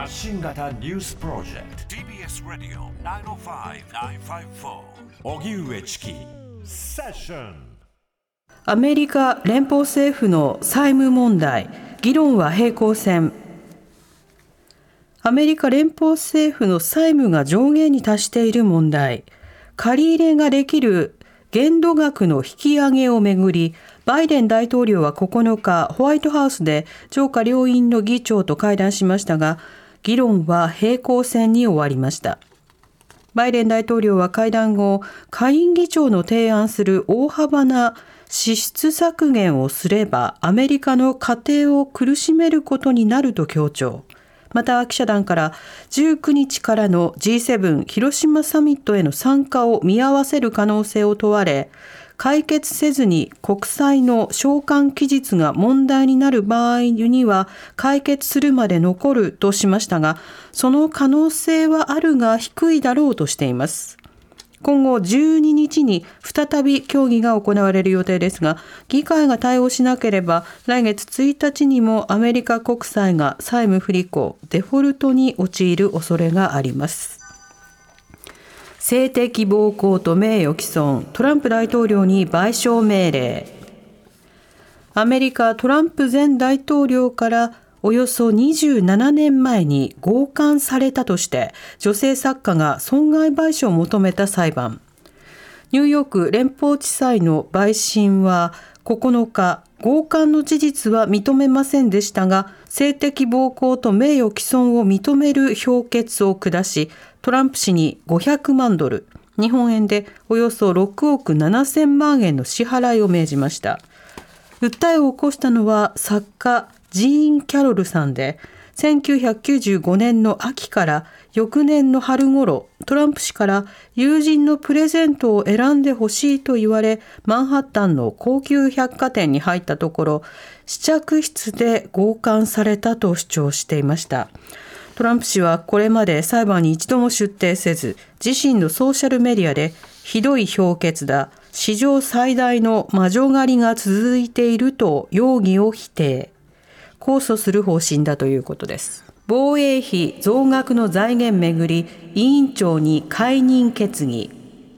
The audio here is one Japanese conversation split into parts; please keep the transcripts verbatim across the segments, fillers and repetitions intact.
発信型ニュースプロジェクト ティービーエス ラディオきゅうまるごきゅうごよん荻上チキセッション。 アメリカ連邦政府の債務問題、議論は平行線。アメリカ連邦政府の債務が上限に達している問題、借り入れができる限度額の引き上げをめぐり、バイデン大統領はここのか、ホワイトハウスで上下両院の議長と会談しましたが、議論は平行線に終わりました。バイデン大統領は会談後、下院議長の提案する大幅な支出削減をすれば、アメリカの家庭を苦しめることになると強調。また記者団からじゅうくにちからの ジーセブン 広島サミットへの参加を見合わせる可能性を問われ、解決せずに国債の償還期日が問題になる場合には解決するまで残るとしましたが、その可能性はあるが低いだろうとしています。今後じゅうににちに再び協議が行われる予定ですが、議会が対応しなければ来月ついたちにもアメリカ国債が債務不履行、デフォルトに陥る恐れがあります。性的暴行と名誉毀損、トランプ大統領に賠償命令。アメリカトランプ前大統領からおよそにじゅうななねんまえに強姦されたとして女性作家が損害賠償を求めた裁判。ニューヨーク連邦地裁の陪審はここのか、強姦の事実は認めませんでしたが、性的暴行と名誉毀損を認める評決を下し、トランプ氏にごひゃくまんドル、日本円でおよそろくおくななせんまんえんの支払いを命じました。訴えを起こしたのは作家ジーン・キャロルさんで、せんきゅうひゃくきゅうじゅうごねんの秋から翌年の春頃、トランプ氏から友人のプレゼントを選んでほしいと言われ、マンハッタンの高級百貨店に入ったところ、試着室で強姦されたと主張していました。トランプ氏はこれまで裁判に一度も出廷せず、自身のソーシャルメディアでひどい評決だ、史上最大の魔女狩りが続いていると容疑を否定。控訴する方針だということです。防衛費増額の財源めぐり、委員長に解任決議。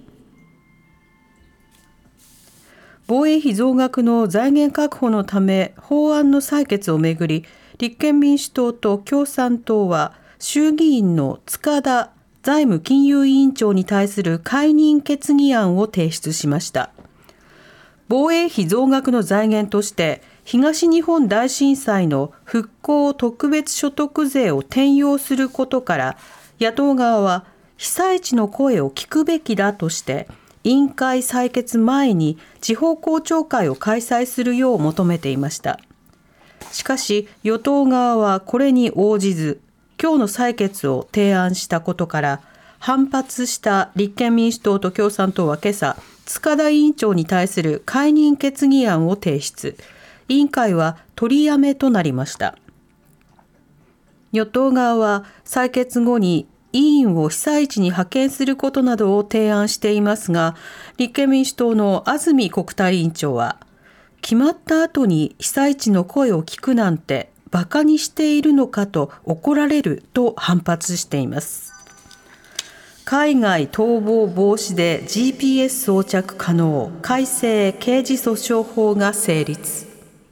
防衛費増額の財源確保のため法案の採決をめぐり、立憲民主党と共産党は衆議院の塚田財務金融委員長に対する解任決議案を提出しました。防衛費増額の財源として東日本大震災の復興特別所得税を転用することから、野党側は被災地の声を聞くべきだとして委員会採決前に地方公聴会を開催するよう求めていました。しかし与党側はこれに応じず、今日の採決を提案したことから反発した立憲民主党と共産党は今朝、塚田委員長に対する解任決議案を提出。委員会は取りやめとなりました。与党側は採決後に委員を被災地に派遣することなどを提案していますが、立憲民主党の安住国対委員長は、決まった後に被災地の声を聞くなんてバカにしているのかと怒られると反発しています。海外逃亡防止で ジーピーエス 装着可能、改正刑事訴訟法が成立。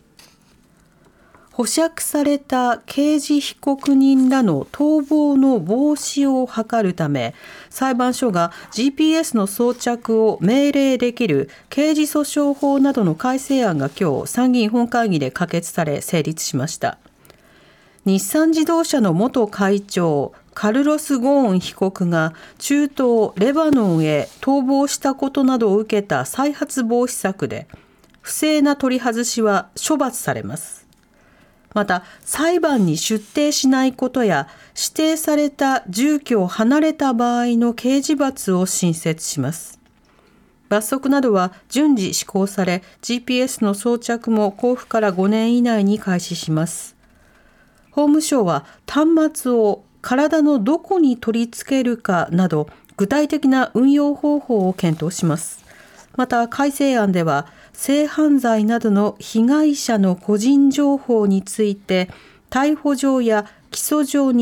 保釈された刑事被告人らの逃亡の防止を図るため、裁判所が ジーピーエス の装着を命令できる刑事訴訟法などの改正案が今日参議院本会議で可決され成立しました。日産自動車の元会長カルロス・ゴーン被告が中東レバノンへ逃亡したことなどを受けた再発防止策で、不正な取り外しは処罰されます。また裁判に出廷しないことや指定された住居を離れた場合の刑事罰を新設します。罰則などは順次施行され、 ジーピーエス の装着も交付からごねん以内に開始します。法務省は端末を体のどこに取り付けるかなど具体的な運用方法を検討します。また改正案では性犯罪などの被害者の個人情報について逮捕状や起訴状に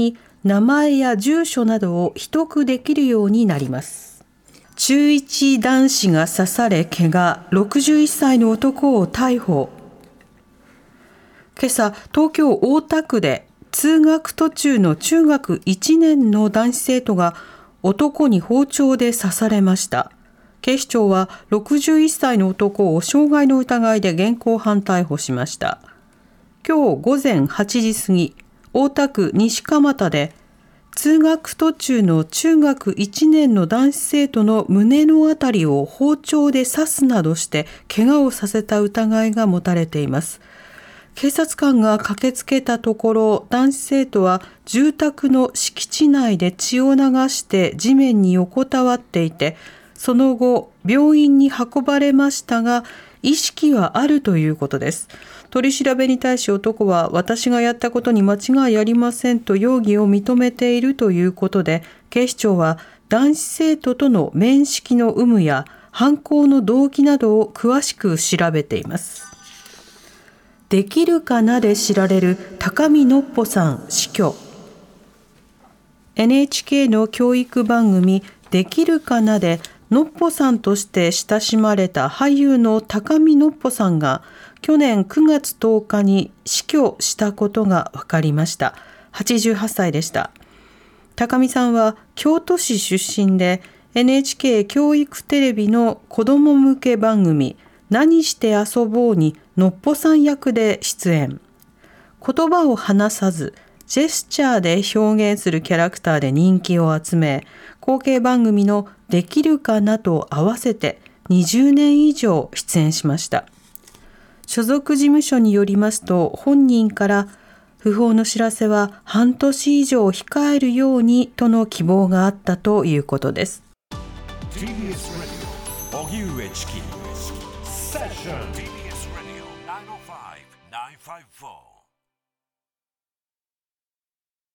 名前や住所などを秘匿できるようになります。中いち男子が刺され怪我、ろくじゅういっさいの男を逮捕。今朝、東京大田区で通学途中の中学いちねんの男子生徒が男に包丁で刺されました。警視庁はろくじゅういっさいの男を傷害の疑いで現行犯逮捕しました。今日午前はちじ過ぎ、大田区西蒲田で通学途中の中学いちねんの男子生徒の胸のあたりを包丁で刺すなどして怪我をさせた疑いが持たれています。警察官が駆けつけたところ、男子生徒は住宅の敷地内で血を流して地面に横たわっていて、その後病院に運ばれましたが意識はあるということです。取り調べに対し男は私がやったことに間違いありませんと容疑を認めているということで、警視庁は男子生徒との面識の有無や犯行の動機などを詳しく調べています。できるかなで知られる高見のっぽさん死去。 エヌエイチケー の教育番組できるかなでのっぽさんとして親しまれた俳優の高見のっぽさんが去年くがつとおかに死去したことが分かりました。はちじゅうはっさいでした。高見さんは京都市出身で エヌエイチケー 教育テレビの子ども向け番組何して遊ぼうにのっぽさん役で出演。言葉を話さずジェスチャーで表現するキャラクターで人気を集め、後継番組のできるかなと合わせてにじゅうねん以上出演しました。所属事務所によりますと、本人から訃報の知らせは半年以上控えるようにとの希望があったということです。 ティービーエス ラジオ荻上チキセッション ティービーエス ラジオきゅうまるご きゅうごよん。